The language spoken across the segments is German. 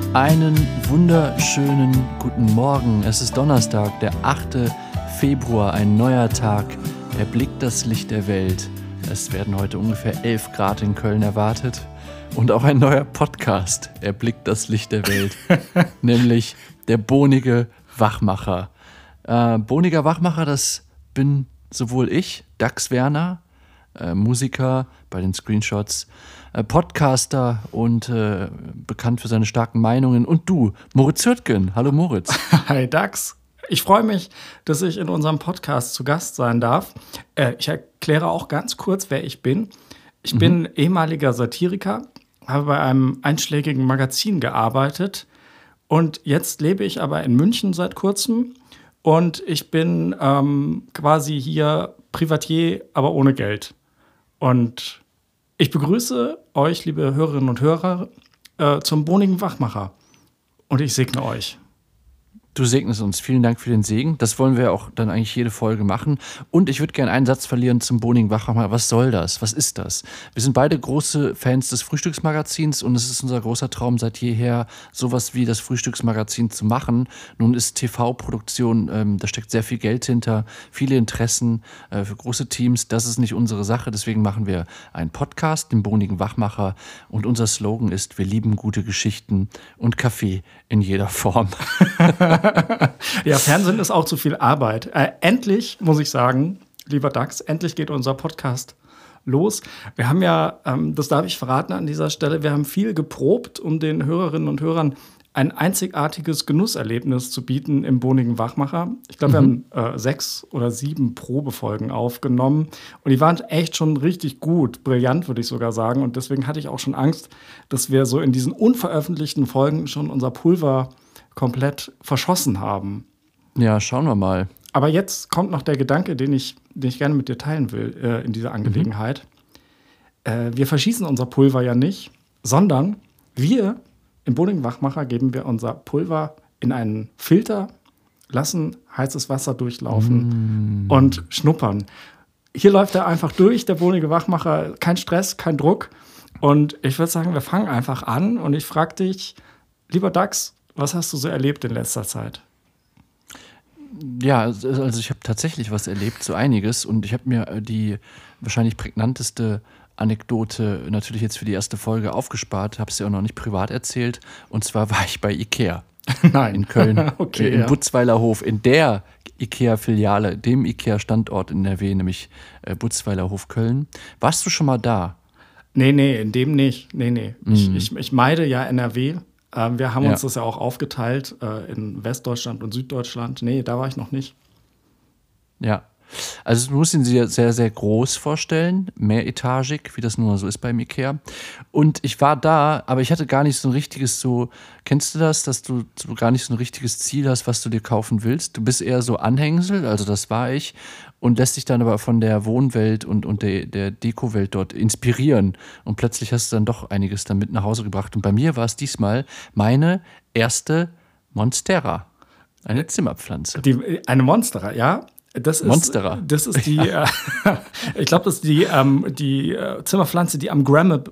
Einen wunderschönen guten Morgen. Es ist Donnerstag, der 8. Februar, ein neuer Tag. Erblickt das Licht der Welt. Es werden heute ungefähr 11 Grad in Köln erwartet. Und auch ein neuer Podcast erblickt das Licht der Welt. Nämlich der Bohnige Wachmacher. Bohniger Wachmacher, das bin sowohl ich, Dax Werner, Musiker bei den Screenshots, Podcaster und bekannt für seine starken Meinungen. Und du, Moritz Hürtgen. Hallo Moritz. Hi Dax. Ich freue mich, dass ich in unserem Podcast zu Gast sein darf. Ich erkläre auch ganz kurz, wer ich bin. Ich bin ehemaliger Satiriker, habe bei einem einschlägigen Magazin gearbeitet und jetzt lebe ich aber in München seit kurzem und ich bin quasi hier Privatier, aber ohne Geld. Und ich begrüße euch, liebe Hörerinnen und Hörer, zum Bohnigen Wachmacher. Und ich segne euch. Du segnest uns. Vielen Dank für den Segen. Das wollen wir auch dann eigentlich jede Folge machen. Und ich würde gerne einen Satz verlieren zum Bohnigen Wachmacher. Was soll das? Was ist das? Wir sind beide große Fans des Frühstücksmagazins und es ist unser großer Traum seit jeher, sowas wie das Frühstücksmagazin zu machen. Nun ist TV-Produktion, da steckt sehr viel Geld hinter, viele Interessen für große Teams. Das ist nicht unsere Sache. Deswegen machen wir einen Podcast, den Bohnigen Wachmacher. Und unser Slogan ist: Wir lieben gute Geschichten und Kaffee in jeder Form. Ja, Fernsehen ist auch zu viel Arbeit. Endlich, muss ich sagen, lieber Dax, endlich geht unser Podcast los. Wir haben ja, das darf ich verraten an dieser Stelle, wir haben viel geprobt, um den Hörerinnen und Hörern ein einzigartiges Genusserlebnis zu bieten im Bohnigen Wachmacher. Ich glaube, wir haben 6 oder 7 Probefolgen aufgenommen und die waren echt schon richtig gut, brillant, würde ich sogar sagen. Und deswegen hatte ich auch schon Angst, dass wir so in diesen unveröffentlichten Folgen schon unser Pulver komplett verschossen haben. Ja, schauen wir mal. Aber jetzt kommt noch der Gedanke, den ich gerne mit dir teilen will in dieser Angelegenheit. Wir verschießen unser Pulver ja nicht, sondern wir im Bohnigen Wachmacher geben wir unser Pulver in einen Filter, lassen heißes Wasser durchlaufen und schnuppern. Hier läuft er einfach durch, der Bohnige Wachmacher. Kein Stress, kein Druck. Und ich würde sagen, wir fangen einfach an. Und ich frage dich, lieber Dax, was hast du so erlebt in letzter Zeit? Ja, also ich habe tatsächlich was erlebt, so einiges. Und ich habe mir die wahrscheinlich prägnanteste Anekdote natürlich jetzt für die erste Folge aufgespart, habe es ja auch noch nicht privat erzählt. Und zwar war ich bei Ikea. Nein. In Köln, okay, im Butzweiler Hof, in der Ikea-Filiale, dem Ikea-Standort in NRW, nämlich Butzweiler Hof Köln. Warst du schon mal da? Nee, in dem nicht. Nee. Ich meide ja NRW. Wir haben uns das ja auch aufgeteilt in Westdeutschland und Süddeutschland. Nee, da war ich noch nicht. Ja, also du musst ihn dir sehr, sehr groß vorstellen, mehretagig, wie das nun mal so ist beim Ikea. Und ich war da, aber ich hatte gar nicht so ein richtiges kennst du das, dass du so gar nicht so ein richtiges Ziel hast, was du dir kaufen willst? Du bist eher so Anhängsel, also das war ich, und lässt dich dann aber von der Wohnwelt und der Dekowelt dort inspirieren. Und plötzlich hast du dann doch einiges dann mit nach Hause gebracht. Und bei mir war es diesmal meine erste Monstera, eine Zimmerpflanze. Eine Monstera, ja? Das ist die, ich glaube, das ist die Zimmerpflanze, die am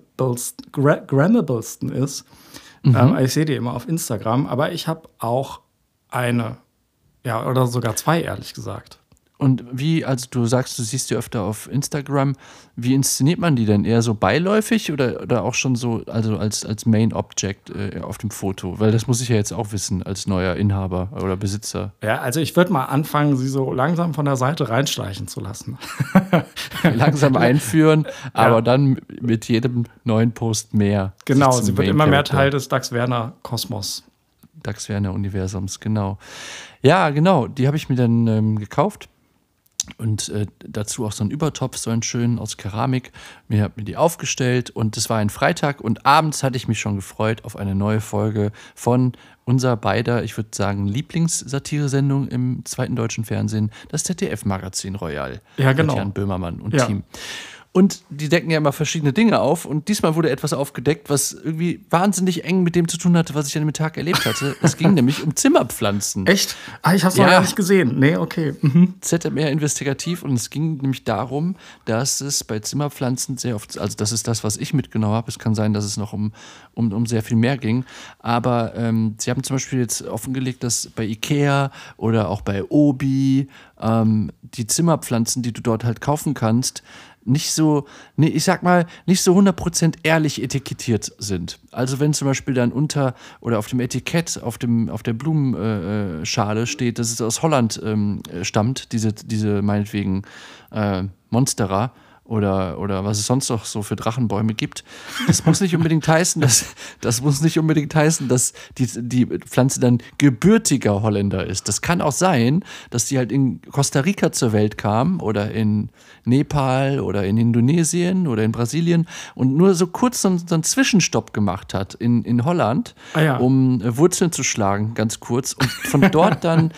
grammablesten ist. Ich sehe die immer auf Instagram, aber ich habe auch eine, ja, oder sogar 2, ehrlich gesagt. Und also du sagst, du siehst die öfter auf Instagram, wie inszeniert man die denn? Eher so beiläufig oder auch schon so, also als Main Object auf dem Foto? Weil das muss ich ja jetzt auch wissen als neuer Inhaber oder Besitzer. Ja, also ich würde mal anfangen, sie so langsam von der Seite reinschleichen zu lassen. Langsam einführen, aber dann mit jedem neuen Post mehr. Genau, sie wird immer mehr Teil des Dax Werner Kosmos. Dax Werner Universums, genau. Ja, genau, die habe ich mir dann gekauft. Und dazu auch so einen Übertopf, so einen schönen aus Keramik. Mir habe mir die aufgestellt und es war ein Freitag und abends hatte ich mich schon gefreut auf eine neue Folge von unser beider, ich würde sagen, Lieblingssatire-Sendung im zweiten deutschen Fernsehen, das ZDF-Magazin Royal. Ja, genau. Mit Jan Böhmermann und Team. Und die decken ja immer verschiedene Dinge auf. Und diesmal wurde etwas aufgedeckt, was irgendwie wahnsinnig eng mit dem zu tun hatte, was ich an dem Tag erlebt hatte. Es ging nämlich um Zimmerpflanzen. Echt? Ich habe es noch gar nicht gesehen. Nee, okay. ZMR investigativ. Und es ging nämlich darum, dass es bei Zimmerpflanzen sehr oft, also das ist das, was ich mitgenommen habe. Es kann sein, dass es noch um sehr viel mehr ging. Aber sie haben zum Beispiel jetzt offengelegt, dass bei Ikea oder auch bei Obi die Zimmerpflanzen, die du dort halt kaufen kannst, nicht so 100% ehrlich etikettiert sind. Also wenn zum Beispiel dann unter oder auf dem Etikett, auf der Blumenschale steht, dass es aus Holland stammt, diese meinetwegen Monstera oder was es sonst noch so für Drachenbäume gibt. Das muss nicht unbedingt heißen, dass die Pflanze dann gebürtiger Holländer ist. Das kann auch sein, dass die halt in Costa Rica zur Welt kam oder in Nepal oder in Indonesien oder in Brasilien und nur so kurz so einen Zwischenstopp gemacht hat in Holland, um Wurzeln zu schlagen, ganz kurz. Und von dort dann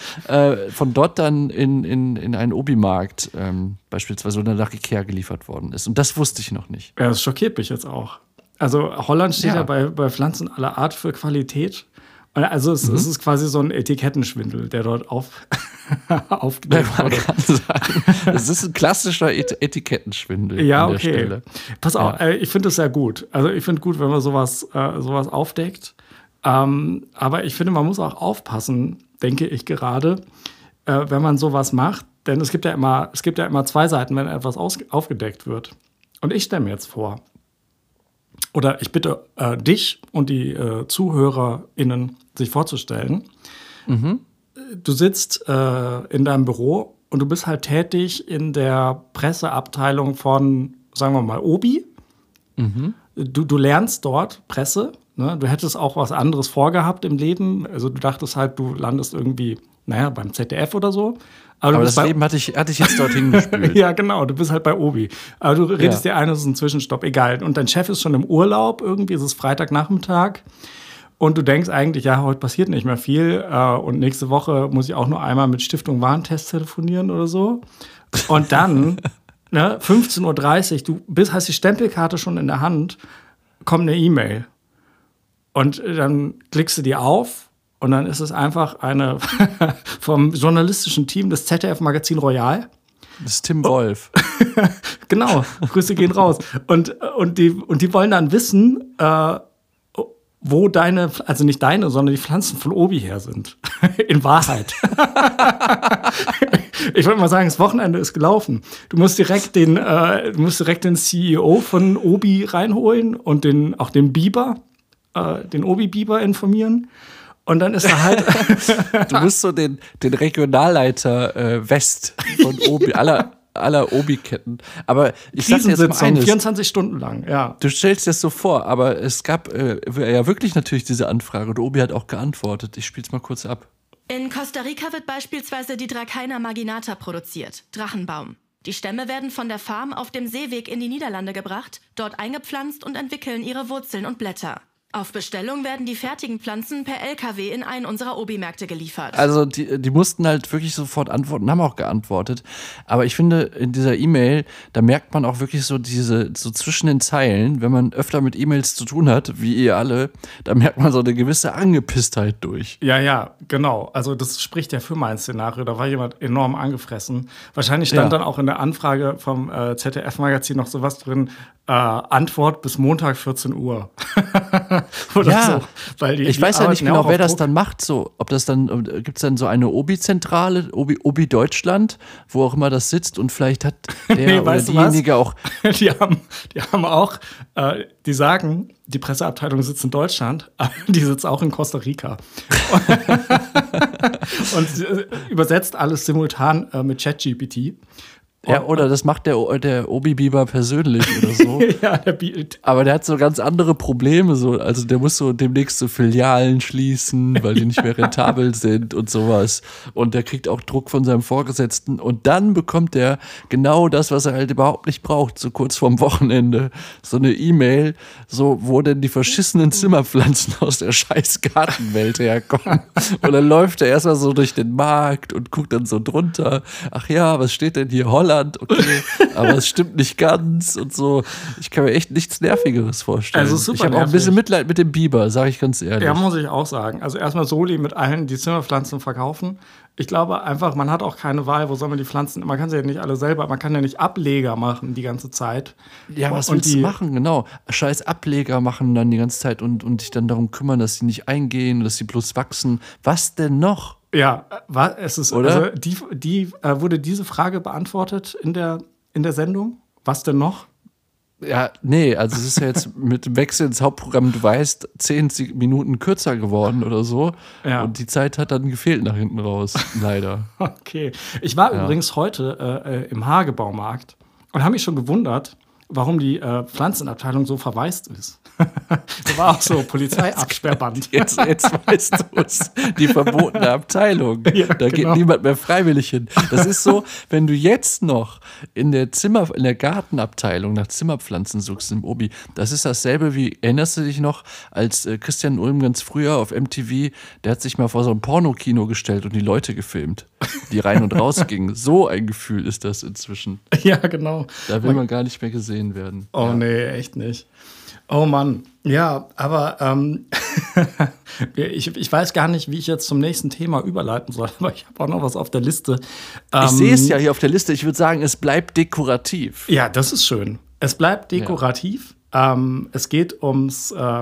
in einen Obi-Markt beispielsweise oder nach Ikea geliefert worden ist. Und das wusste ich noch nicht. Ja, das schockiert mich jetzt auch. Also Holland steht ja bei Pflanzen aller Art für Qualität. Also es ist quasi so ein Etikettenschwindel, der dort aufgedeckt wurde. Man kann sagen, es ist ein klassischer Etikettenschwindel. Ja, an der okay. Stelle. Pass auf, ich finde das sehr gut. Also ich finde gut, wenn man sowas aufdeckt. Aber ich finde, man muss auch aufpassen, denke ich gerade, wenn man sowas macht. Denn es gibt ja immer zwei Seiten, wenn etwas aufgedeckt wird. Und ich stelle mir jetzt vor, oder ich bitte dich und die ZuhörerInnen sich vorzustellen, du sitzt in deinem Büro und du bist halt tätig in der Presseabteilung von, sagen wir mal, Obi. Du lernst dort Presse. Ne? Du hättest auch was anderes vorgehabt im Leben. Also du dachtest halt, du landest irgendwie, beim ZDF oder so. Aber das Leben hatte ich jetzt dorthin gespielt. Ja, genau, du bist halt bei Obi. Aber du redest dir ein, das ist ein Zwischenstopp, egal. Und dein Chef ist schon im Urlaub irgendwie, es ist Freitagnachmittag. Und du denkst eigentlich, ja, heute passiert nicht mehr viel. Und nächste Woche muss ich auch nur einmal mit Stiftung Warentest telefonieren oder so. Und dann, 15:30 Uhr, hast die Stempelkarte schon in der Hand, kommt eine E-Mail. Und dann klickst du die auf. Und dann ist es einfach eine vom journalistischen Team des ZDF-Magazin Royal. Das ist Tim Wolf. Genau, Grüße gehen raus. Und die wollen dann wissen, wo also nicht deine, sondern die Pflanzen von Obi her sind. In Wahrheit. Ich würde mal sagen, das Wochenende ist gelaufen. Du musst direkt den CEO von Obi reinholen und auch den Biber, den Obi-Biber informieren. Und dann ist er halt. Du musst so den Regionalleiter West von Obi, aller Obi-Ketten. Aber ich sag dir jetzt mal eines. 24 Stunden lang, ja. Du stellst dir das so vor, aber es gab ja wirklich natürlich diese Anfrage und Obi hat auch geantwortet. Ich spiel's mal kurz ab. In Costa Rica wird beispielsweise die Dracaena marginata produziert, Drachenbaum. Die Stämme werden von der Farm auf dem Seeweg in die Niederlande gebracht, dort eingepflanzt und entwickeln ihre Wurzeln und Blätter. Auf Bestellung werden die fertigen Pflanzen per LKW in einen unserer Obi-Märkte geliefert. Also die mussten halt wirklich sofort antworten, haben auch geantwortet. Aber ich finde, in dieser E-Mail, da merkt man auch wirklich so so zwischen den Zeilen, wenn man öfter mit E-Mails zu tun hat, wie ihr alle, da merkt man so eine gewisse Angepisstheit durch. Ja, genau. Also das spricht ja für mein Szenario. Da war jemand enorm angefressen. Wahrscheinlich stand dann auch in der Anfrage vom ZDF-Magazin noch sowas drin, Antwort bis Montag 14 Uhr. Oder so. Weil ich weiß ja nicht genau, wer das dann macht. So, ob das dann, gibt es dann so eine Obi-Zentrale, Obi Deutschland, wo auch immer das sitzt und vielleicht hat der oder diejenige auch. Die haben auch, die sagen, die Presseabteilung sitzt in Deutschland, aber die sitzt auch in Costa Rica. Und übersetzt alles simultan mit ChatGPT. Ja, oder das macht der Obi-Biber persönlich oder so. Ja, aber der hat so ganz andere Probleme. So. Also der muss so demnächst so Filialen schließen, weil die nicht mehr rentabel sind und sowas. Und der kriegt auch Druck von seinem Vorgesetzten. Und dann bekommt er genau das, was er halt überhaupt nicht braucht, so kurz vorm Wochenende. So eine E-Mail, so wo denn die verschissenen Zimmerpflanzen aus der scheiß Gartenwelt herkommen. Und dann läuft er erstmal so durch den Markt und guckt dann so drunter. Ach ja, was steht denn hier? Holland geplant, okay, aber es stimmt nicht ganz und so. Ich kann mir echt nichts Nervigeres vorstellen. Also super ich habe auch ein bisschen Mitleid mit dem Biber, sage ich ganz ehrlich. Ja, muss ich auch sagen. Also erstmal Soli mit allen, die Zimmerpflanzen verkaufen. Ich glaube einfach, man hat auch keine Wahl, wo soll man die Pflanzen, man kann sie ja nicht alle selber, man kann ja nicht Ableger machen die ganze Zeit. Ja, was willst du machen? Genau, scheiß Ableger machen dann die ganze Zeit und dich dann darum kümmern, dass sie nicht eingehen, dass sie bloß wachsen. Was denn noch? Ja, es ist, oder? Also wurde diese Frage beantwortet in der Sendung? Was denn noch? Ja, nee, also es ist ja jetzt mit dem Wechsel ins Hauptprogramm, du weißt, 10 Minuten kürzer geworden oder so. Ja. Und die Zeit hat dann gefehlt nach hinten raus, leider. Okay. Ich war übrigens heute im Hagebaumarkt und habe mich schon gewundert, warum die Pflanzenabteilung so verwaist ist. Da war auch so Polizeiabsperrband. Jetzt weißt du es. Die verbotene Abteilung. Ja, da geht niemand mehr freiwillig hin. Das ist so, wenn du jetzt noch in der Gartenabteilung nach Zimmerpflanzen suchst im Obi, das ist dasselbe wie, erinnerst du dich noch, als Christian Ulm ganz früher auf MTV, der hat sich mal vor so ein Pornokino gestellt und die Leute gefilmt, die rein und raus gingen. So ein Gefühl ist das inzwischen. Ja, genau. Da will man gar nicht mehr gesehen werden. Oh ja. Nee, echt nicht. Oh Mann, ja, aber ich weiß gar nicht, wie ich jetzt zum nächsten Thema überleiten soll, aber ich habe auch noch was auf der Liste. Ich sehe es ja hier auf der Liste, ich würde sagen, es bleibt dekorativ. Ja, das ist schön. Es bleibt dekorativ. Ja. Es geht um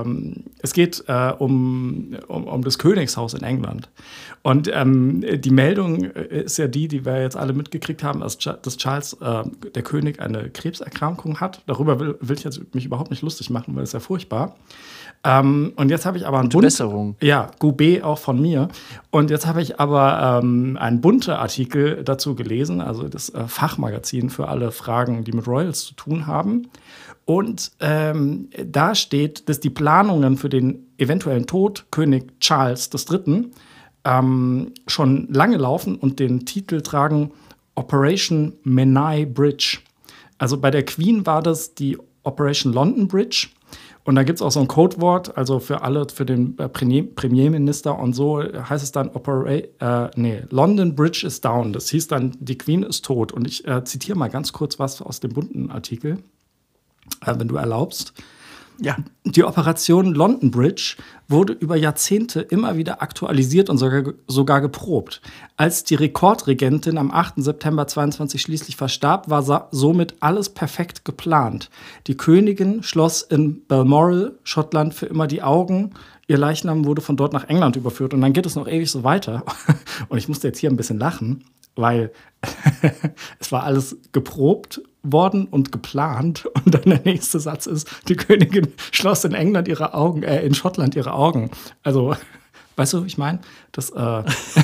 das Königshaus in England. Und die Meldung ist ja die wir jetzt alle mitgekriegt haben, dass Charles, der König, eine Krebserkrankung hat. Darüber will ich jetzt mich überhaupt nicht lustig machen, weil es ja furchtbar. Und jetzt habe ich aber Besserung. Ja, Goubet auch von mir. Und jetzt habe ich aber einen bunten Artikel dazu gelesen, also das Fachmagazin für alle Fragen, die mit Royals zu tun haben. Und da steht, dass die Planungen für den eventuellen Tod König Charles III. Schon lange laufen und den Titel tragen Operation Menai Bridge. Also bei der Queen war das die Operation London Bridge. Und da gibt es auch so ein Codewort, also für den Premierminister und so heißt es dann London Bridge is down. Das hieß dann, die Queen ist tot. Und ich zitiere mal ganz kurz was aus dem bunten Artikel, wenn du erlaubst. Ja. Die Operation London Bridge wurde über Jahrzehnte immer wieder aktualisiert und sogar geprobt. Als die Rekordregentin am 8. September 22 schließlich verstarb, war somit alles perfekt geplant. Die Königin schloss in Balmoral, Schottland, für immer die Augen. Ihr Leichnam wurde von dort nach England überführt. Und dann geht es noch ewig so weiter. Und ich musste jetzt hier ein bisschen lachen, weil es war alles geprobt worden und geplant. Und dann der nächste Satz ist, die Königin schloss in Schottland ihre Augen. Also, weißt du, ich meine? Ja.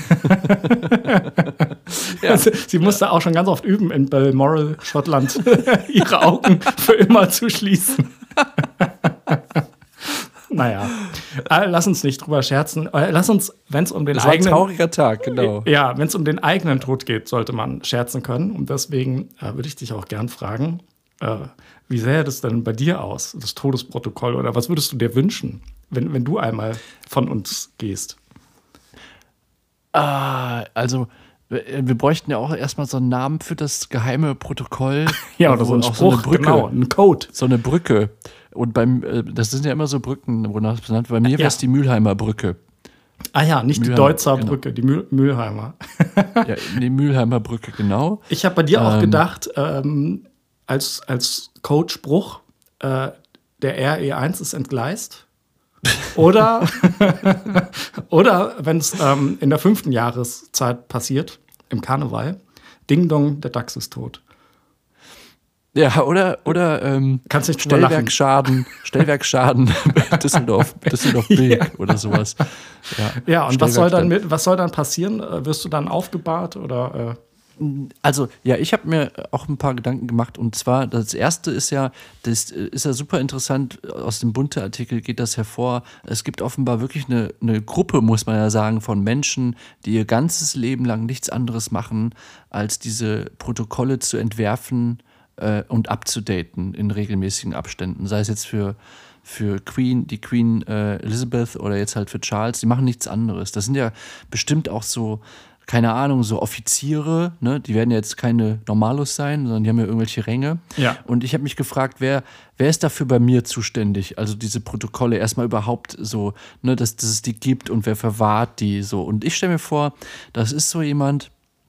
Also, sie musste auch schon ganz oft üben, in Balmoral, Schottland, ihre Augen für immer zu schließen. Naja, lass uns nicht drüber scherzen. Lass uns, wenn es um den eigenen... Das war ein trauriger Tag, genau. Ja, wenn es um den eigenen Tod geht, sollte man scherzen können. Und deswegen würde ich dich auch gern fragen, wie sähe das denn bei dir aus, das Todesprotokoll? Oder was würdest du dir wünschen, wenn du einmal von uns gehst? Also... Wir bräuchten ja auch erstmal so einen Namen für das geheime Protokoll. Ja, oder so ein Spruch, so eine Brücke, genau, ein Code. So eine Brücke. Und das sind ja immer so Brücken, wonach es benannt wird. Bei mir wäre es die Mülheimer Brücke. Ah ja, nicht die Deutzer Brücke, die Mülheimer. Ja, die Mülheimer Brücke, genau. Ich habe bei dir auch gedacht, als Codespruch, der RE1 ist entgleist. Oder wenn es in der 5. Jahreszeit passiert, im Karneval, Ding Dong, der Dachs ist tot. Ja, oder kannst nicht Stellwerkschaden Düsseldorf Bilk oder sowas. Ja, und was soll dann passieren? Wirst du dann aufgebahrt oder? Also, ja, ich habe mir auch ein paar Gedanken gemacht. Und zwar, das erste ist ja super interessant, aus dem Bunte-Artikel geht das hervor. Es gibt offenbar wirklich eine Gruppe, muss man ja sagen, von Menschen, die ihr ganzes Leben lang nichts anderes machen, als diese Protokolle zu entwerfen und abzudaten in regelmäßigen Abständen. Sei es jetzt für die Queen Elizabeth oder jetzt halt für Charles. Die machen nichts anderes. Das sind ja bestimmt auch so keine Ahnung, so Offiziere, ne? Die werden ja jetzt keine Normalos sein, sondern die haben ja irgendwelche Ränge. Ja. Und ich habe mich gefragt, wer ist dafür bei mir zuständig? Also diese Protokolle erstmal überhaupt so, ne, dass es die gibt und wer verwahrt die so. Und ich stelle mir vor, das ist so jemand,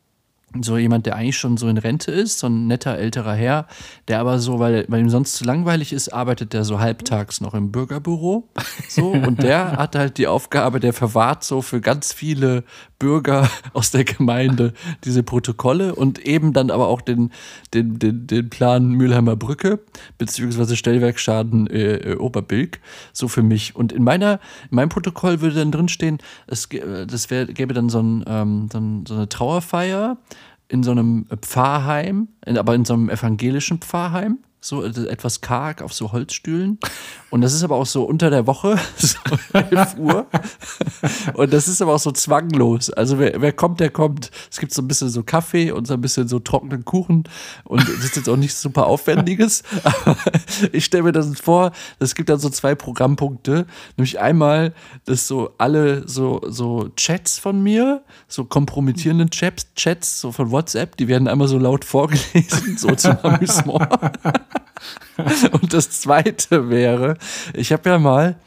der eigentlich schon so in Rente ist, so ein netter älterer Herr, der aber so, weil ihm sonst zu langweilig ist, arbeitet der so halbtags noch im Bürgerbüro. So, und der hat halt die Aufgabe, der verwahrt so für ganz viele Bürger aus der Gemeinde diese Protokolle und eben dann aber auch den Plan Mülheimer Brücke, beziehungsweise Stellwerkschaden Oberbilk, so für mich. Und in meinem Protokoll würde dann drinstehen, gäbe dann so eine Trauerfeier in so einem Pfarrheim, aber in so einem evangelischen Pfarrheim, so etwas karg auf so Holzstühlen. Und das ist aber auch so unter der Woche, so 11 Uhr. Und das ist aber auch so zwanglos. Also wer kommt, der kommt. Es gibt so ein bisschen so Kaffee und so ein bisschen so trockenen Kuchen. Und das ist jetzt auch nichts super Aufwendiges. Aber ich stelle mir das vor, es gibt dann so 2 Programmpunkte. Nämlich einmal, dass so alle so Chats von mir, so kompromittierende Chats so von WhatsApp, die werden einmal so laut vorgelesen, so zum Amüsement. Und das Zweite wäre, ich habe ja mal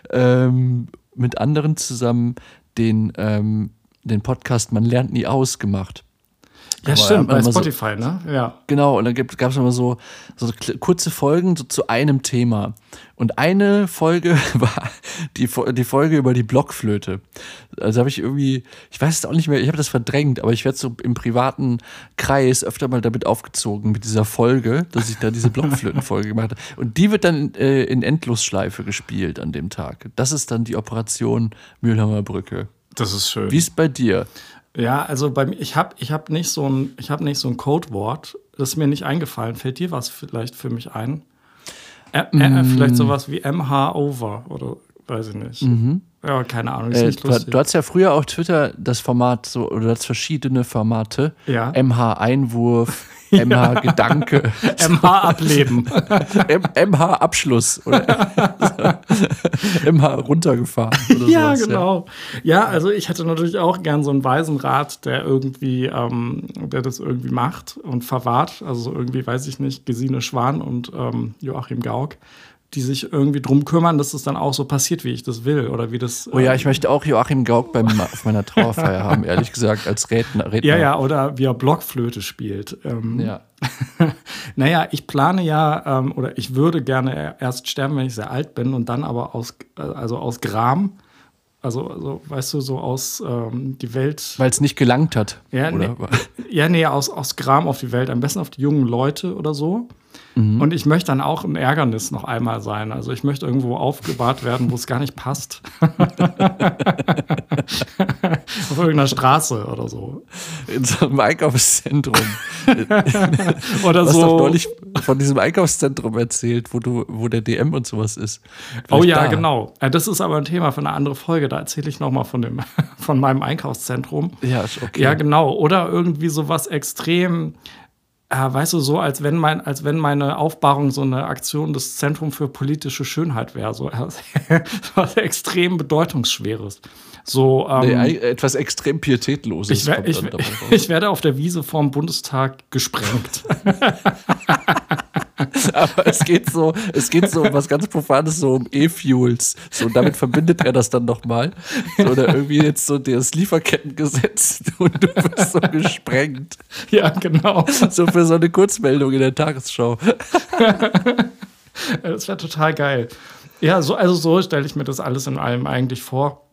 mit anderen zusammen den Podcast Man lernt nie aus gemacht. Ja, stimmt, bei Spotify, ne? Ja. Genau, und dann gab es immer so kurze Folgen so zu einem Thema. Und eine Folge war die Folge über die Blockflöte. Also habe ich irgendwie, ich weiß es auch nicht mehr, ich habe das verdrängt, aber ich werde so im privaten Kreis öfter mal damit aufgezogen mit dieser Folge, dass ich da diese Blockflötenfolge gemacht habe. Und die wird dann in Endlosschleife gespielt an dem Tag. Das ist dann die Operation Mülheimer Brücke. Das ist schön. Wie ist bei dir? Ja, also bei mir, ich hab nicht so ein Codewort, das ist mir nicht eingefallen. Fällt dir was vielleicht für mich ein? Vielleicht sowas wie MH over oder weiß ich nicht. Ja, keine Ahnung, ist nicht lustig. Du hattest ja früher auf Twitter das Format so, oder du hattest verschiedene Formate. Ja. MH Einwurf, MH Gedanke. MH Ableben. MH Abschluss oder MH runtergefahren oder ja, sowas. Genau. Ja, also ich hätte natürlich auch gern so einen weisen Rat, der das irgendwie macht und verwahrt. Also so irgendwie, weiß ich nicht, Gesine Schwan und Joachim Gauck, die sich irgendwie drum kümmern, dass es dann auch so passiert, wie ich das will oder wie das. Oh ja, ich möchte auch Joachim Gauck auf meiner Trauerfeier haben, ehrlich gesagt, als Redner. Ja, oder wie er Blockflöte spielt. Ja. Naja, ich plane ja, oder ich würde gerne erst sterben, wenn ich sehr alt bin und dann aber aus Gram. Also, weißt du, so aus die Welt. Weil es nicht gelangt hat. Ja, oder? Aus Gram auf die Welt. Am besten auf die jungen Leute oder so. Und ich möchte dann auch ein Ärgernis noch einmal sein. Also ich möchte irgendwo aufgebahrt werden, wo es gar nicht passt. Auf irgendeiner Straße oder so. In so einem Einkaufszentrum. Oder du hast so. doch neulich von diesem Einkaufszentrum erzählt, wo der DM und sowas ist. Vielleicht oh ja, da. Genau. Das ist aber ein Thema für eine andere Folge. Da erzähle ich noch mal von meinem Einkaufszentrum. Ja, ist okay. Ja, genau. Oder irgendwie sowas extrem. Weißt du, so als wenn meine Aufbahrung so eine Aktion des Zentrum für politische Schönheit wäre, so was extrem Bedeutungsschweres. So, etwas extrem Pietätloses. Ich werde auf der Wiese vorm Bundestag gesprengt. Aber es geht so um was ganz Profanes, so um E-Fuels. So, und damit verbindet er das dann nochmal. So, oder irgendwie jetzt so das Lieferkettengesetz und du wirst so gesprengt. Ja, genau. So für so eine Kurzmeldung in der Tagesschau. Das wäre total geil. Ja, so stelle ich mir das alles in allem eigentlich vor.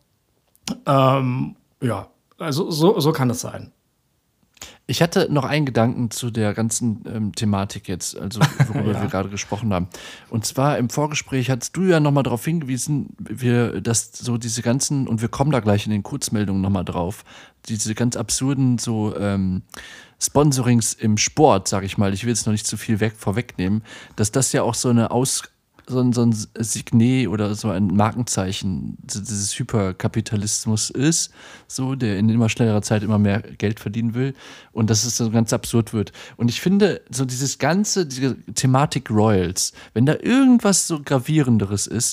Ja, also so kann es sein. Ich hatte noch einen Gedanken zu der ganzen Thematik jetzt, also worüber wir gerade gesprochen haben. Und zwar im Vorgespräch hattest du ja nochmal darauf hingewiesen, dass so diese ganzen, und wir kommen da gleich in den Kurzmeldungen nochmal drauf, diese ganz absurden so Sponsorings im Sport, sag ich mal, ich will jetzt noch nicht zu viel vorwegnehmen, dass das ja auch so ein Signet oder so ein Markenzeichen dieses Hyperkapitalismus ist, so, der in immer schnellerer Zeit immer mehr Geld verdienen will und dass es so ganz absurd wird. Und ich finde, so diese Thematik Royals, wenn da irgendwas so Gravierenderes ist,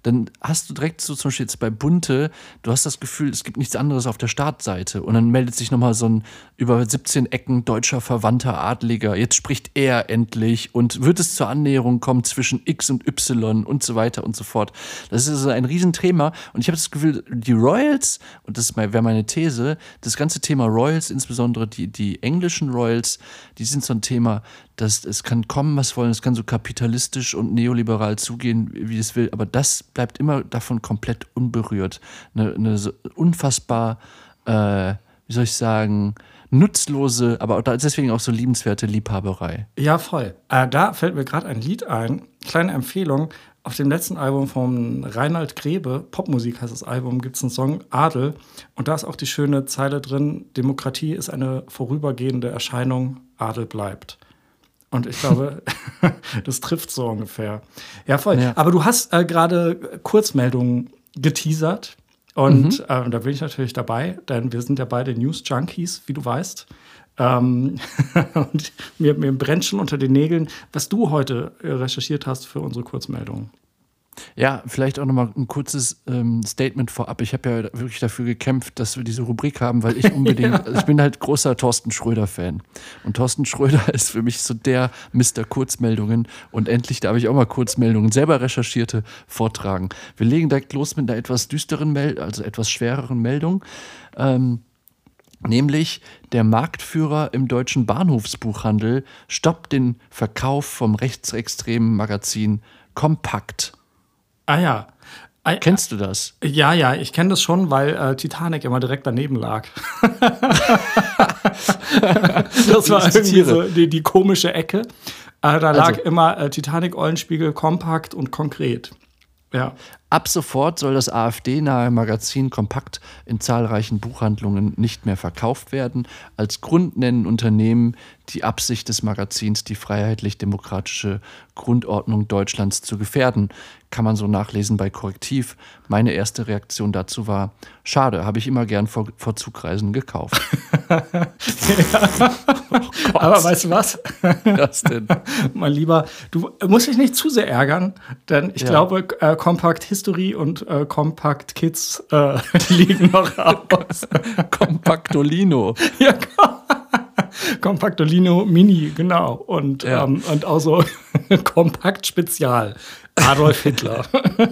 dann hast du direkt so zum Beispiel jetzt bei Bunte, du hast das Gefühl, es gibt nichts anderes auf der Startseite und dann meldet sich nochmal so ein über 17 Ecken deutscher verwandter Adliger, jetzt spricht er endlich und wird es zur Annäherung kommen zwischen X und Y und so weiter und so fort. Das ist also ein Riesenthema und ich habe das Gefühl, die Royals, und das wäre meine These, das ganze Thema Royals, insbesondere die englischen Royals, die sind so ein Thema, dass es kann kommen, was wollen, es kann so kapitalistisch und neoliberal zugehen, wie es will, aber das bleibt immer davon komplett unberührt. Eine so unfassbar, wie soll ich sagen, nutzlose, aber deswegen auch so liebenswerte Liebhaberei. Ja, voll. Da fällt mir gerade ein Lied ein. Kleine Empfehlung. Auf dem letzten Album von Reinhard Grebe, Popmusik heißt das Album, gibt es einen Song Adel. Und da ist auch die schöne Zeile drin, Demokratie ist eine vorübergehende Erscheinung, Adel bleibt. Und ich glaube, das trifft so ungefähr. Ja, voll. Ja. Aber du hast gerade Kurzmeldungen geteasert. Und da bin ich natürlich dabei, denn wir sind ja beide News-Junkies, wie du weißt. Und mir brennt schon unter den Nägeln, was du heute recherchiert hast für unsere Kurzmeldung. Ja, vielleicht auch nochmal ein kurzes Statement vorab. Ich habe ja wirklich dafür gekämpft, dass wir diese Rubrik haben, weil ich unbedingt, also ich bin halt großer Thorsten Schröder-Fan. Und Thorsten Schröder ist für mich so der Mr. Kurzmeldungen. Und endlich darf ich auch mal Kurzmeldungen, selber recherchierte, vortragen. Wir legen direkt los mit einer etwas düsteren also etwas schwereren Meldung. Nämlich der Marktführer im deutschen Bahnhofsbuchhandel stoppt den Verkauf vom rechtsextremen Magazin Kompakt. Ah ja. Kennst du das? Ja, ich kenne das schon, weil Titanic immer direkt daneben lag. Das war irgendwie so die komische Ecke. Da lag immer Titanic, Eulenspiegel, Kompakt und Konkret. Ja. Ab sofort soll das AfD-nahe Magazin Kompakt in zahlreichen Buchhandlungen nicht mehr verkauft werden. Als Grund nennen Unternehmen die Absicht des Magazins, die freiheitlich-demokratische Grundordnung Deutschlands zu gefährden. Kann man so nachlesen bei Korrektiv. Meine erste Reaktion dazu war, schade, habe ich immer gern vor Zugreisen gekauft. Oh, aber weißt du was? Was denn? Mein Lieber, du musst dich nicht zu sehr ärgern, denn ich glaube, Compact History und Compact Kids liegen noch aus. Compactolino. Ja, Compactolino Mini, genau. Und auch so Kompakt Spezial. Adolf Hitler.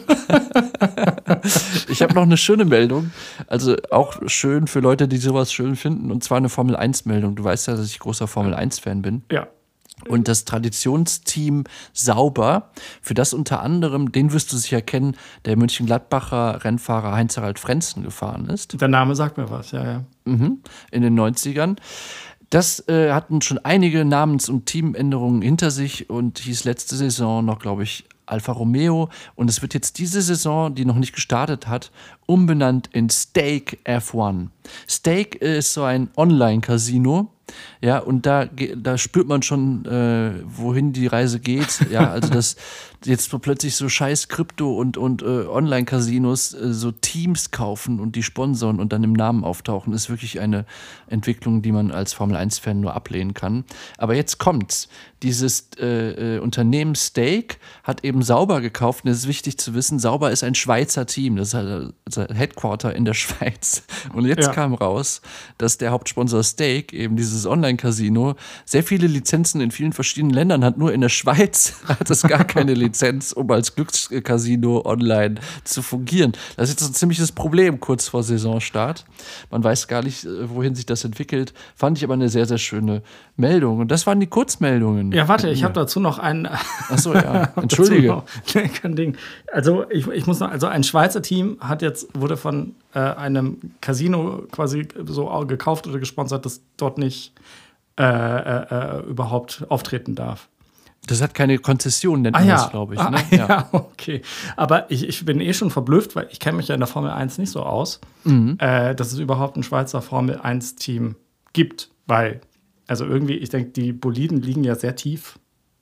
Ich habe noch eine schöne Meldung, also auch schön für Leute, die sowas schön finden, und zwar eine Formel-1-Meldung. Du weißt ja, dass ich großer Formel-1-Fan bin. Ja. Und das Traditionsteam Sauber, für das unter anderem, den wirst du sicher kennen, der Mönchengladbacher Rennfahrer Heinz-Harald Frentzen gefahren ist. Der Name sagt mir was, ja. In den 90ern. Das hatten schon einige Namens- und Teamänderungen hinter sich und hieß letzte Saison noch, glaube ich, Alfa Romeo. Und es wird jetzt diese Saison, die noch nicht gestartet hat, umbenannt in Stake F1. Stake ist so ein Online-Casino. Ja, und da spürt man schon, wohin die Reise geht. Ja, also dass jetzt plötzlich so scheiß Krypto- und Online-Casinos so Teams kaufen und die sponsoren und dann im Namen auftauchen, ist wirklich eine Entwicklung, die man als Formel-1-Fan nur ablehnen kann. Aber jetzt kommt's. Dieses Unternehmen Stake hat eben Sauber gekauft. Und es ist wichtig zu wissen, Sauber ist ein Schweizer Team. Das ist halt Headquarter in der Schweiz. Und jetzt kam raus, dass der Hauptsponsor Stake, eben dieses Online-Casino, sehr viele Lizenzen in vielen verschiedenen Ländern hat. Nur in der Schweiz hat es gar keine Lizenz, um als Glückscasino online zu fungieren. Das ist jetzt ein ziemliches Problem kurz vor Saisonstart. Man weiß gar nicht, wohin sich das entwickelt. Fand ich aber eine sehr, sehr schöne Meldung. Und das waren die Kurzmeldungen. Ja, warte, ich habe dazu noch einen. Achso, ja. Entschuldige. Kein Ding. Also, ich muss noch, also ein Schweizer Team wurde von einem Casino quasi so gekauft oder gesponsert, das dort nicht überhaupt auftreten darf. Das hat keine Konzession, nennt man das, glaube ich. Ne? Ja, okay. Aber ich bin schon verblüfft, weil ich kenne mich ja in der Formel 1 nicht so aus, dass es überhaupt ein Schweizer Formel 1-Team gibt. Weil, also irgendwie, ich denke, die Boliden liegen ja sehr tief.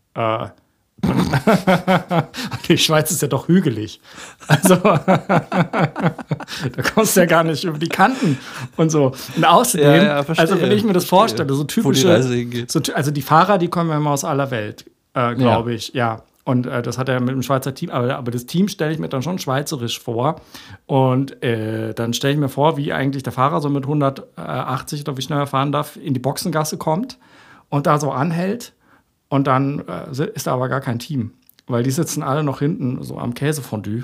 Die Schweiz ist ja doch hügelig. Also, da kommst du ja gar nicht über die Kanten und so. Und außerdem, also wenn ich mir das vorstelle, so typische, also die Fahrer, die kommen ja immer aus aller Welt, glaube ich, ja. Und das hat er mit dem Schweizer Team, aber das Team stelle ich mir dann schon schweizerisch vor. Und dann stelle ich mir vor, wie eigentlich der Fahrer so mit 180 oder wie schnell er fahren darf, in die Boxengasse kommt und da so anhält. Und dann ist da aber gar kein Team. Weil die sitzen alle noch hinten so am Käsefondue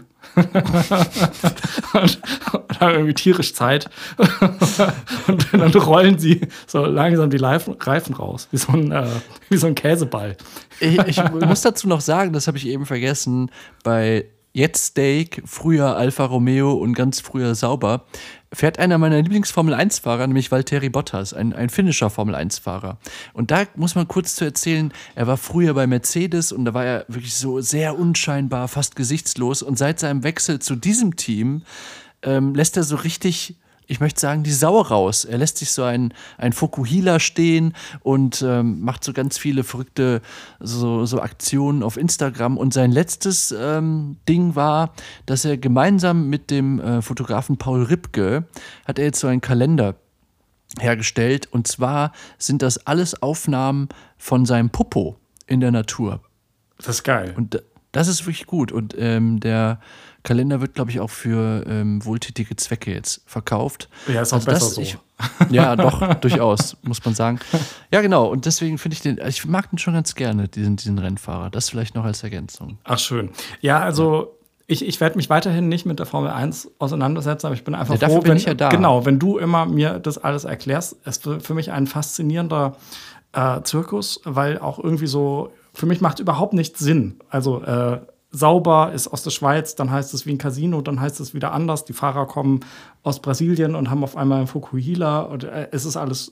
und haben irgendwie tierisch Zeit. Und dann rollen sie so langsam die Reifen raus, wie so ein Käseball. Ich muss dazu noch sagen, das habe ich eben vergessen, bei Jetzt Steak, früher Alfa Romeo und ganz früher Sauber, fährt einer meiner Lieblings-Formel-1-Fahrer, nämlich Valtteri Bottas, ein finnischer Formel-1-Fahrer. Und da muss man kurz zu erzählen, er war früher bei Mercedes und da war er wirklich so sehr unscheinbar, fast gesichtslos. Und seit seinem Wechsel zu diesem Team lässt er so richtig, ich möchte sagen, die Sau raus. Er lässt sich so ein Fukuhila stehen und macht so ganz viele verrückte so Aktionen auf Instagram. Und sein letztes Ding war, dass er gemeinsam mit dem Fotografen Paul Ripke hat er jetzt so einen Kalender hergestellt. Und zwar sind das alles Aufnahmen von seinem Popo in der Natur. Das ist geil. Und das ist wirklich gut. Und der Kalender wird, glaube ich, auch für wohltätige Zwecke jetzt verkauft. Ja, ist auch besser so. Ja, doch, durchaus, muss man sagen. Ja, genau. Und deswegen finde ich mag den schon ganz gerne, diesen Rennfahrer. Das vielleicht noch als Ergänzung. Ach, schön. Ja, also ich werde mich weiterhin nicht mit der Formel 1 auseinandersetzen, aber ich bin einfach froh, wenn du immer mir das alles erklärst. Es ist für mich ein faszinierender Zirkus, weil auch irgendwie so, für mich macht überhaupt nicht Sinn. Also Sauber ist aus der Schweiz, dann heißt es wie ein Casino, dann heißt es wieder anders. Die Fahrer kommen aus Brasilien und haben auf einmal ein Fukuhila. Und es ist alles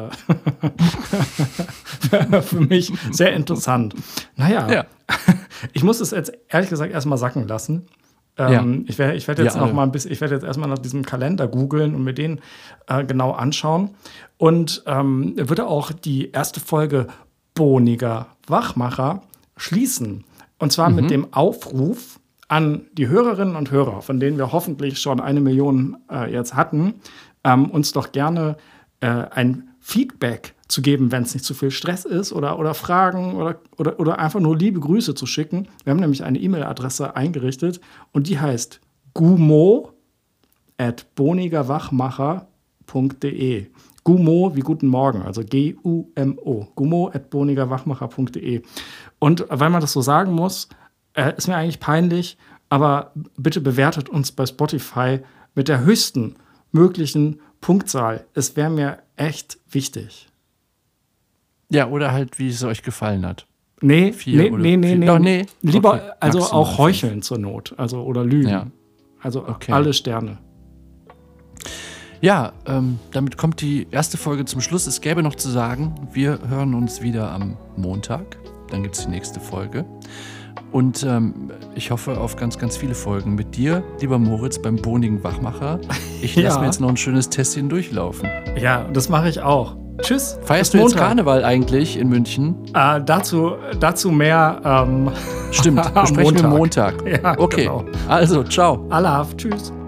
für mich sehr interessant. Naja, ja. Ich muss es jetzt ehrlich gesagt erstmal sacken lassen. Ich werde jetzt erstmal nach diesem Kalender googeln und mir den genau anschauen. Und würde auch die erste Folge Boniger Wachmacher schließen. Und zwar mit dem Aufruf an die Hörerinnen und Hörer, von denen wir hoffentlich schon 1 Million jetzt hatten, uns doch gerne ein Feedback zu geben, wenn es nicht zu viel Stress ist oder Fragen oder einfach nur liebe Grüße zu schicken. Wir haben nämlich eine E-Mail-Adresse eingerichtet und die heißt gumo@bonigerwachmacher.de. Gumo wie guten Morgen, also G-U-M-O. Gumo@bonigerwachmacher.de. Und weil man das so sagen muss, ist mir eigentlich peinlich, aber bitte bewertet uns bei Spotify mit der höchsten möglichen Punktzahl. Es wäre mir echt wichtig. Ja, oder halt, wie es euch gefallen hat. Nee. Lieber, okay. Also auch heucheln zur Not, also oder lügen. Ja. Also okay. Alle Sterne. Ja, damit kommt die erste Folge zum Schluss. Es gäbe noch zu sagen, wir hören uns wieder am Montag. Dann gibt es die nächste Folge. Und ich hoffe auf ganz, ganz viele Folgen mit dir, lieber Moritz, beim bonigen Wachmacher. Ich lasse mir jetzt noch ein schönes Tässchen durchlaufen. Ja, das mache ich auch. Tschüss. Feierst du jetzt Karneval eigentlich in München? Dazu mehr. Stimmt, besprechen wir Montag. Ja, okay, genau. Also, ciao. Allah, tschüss.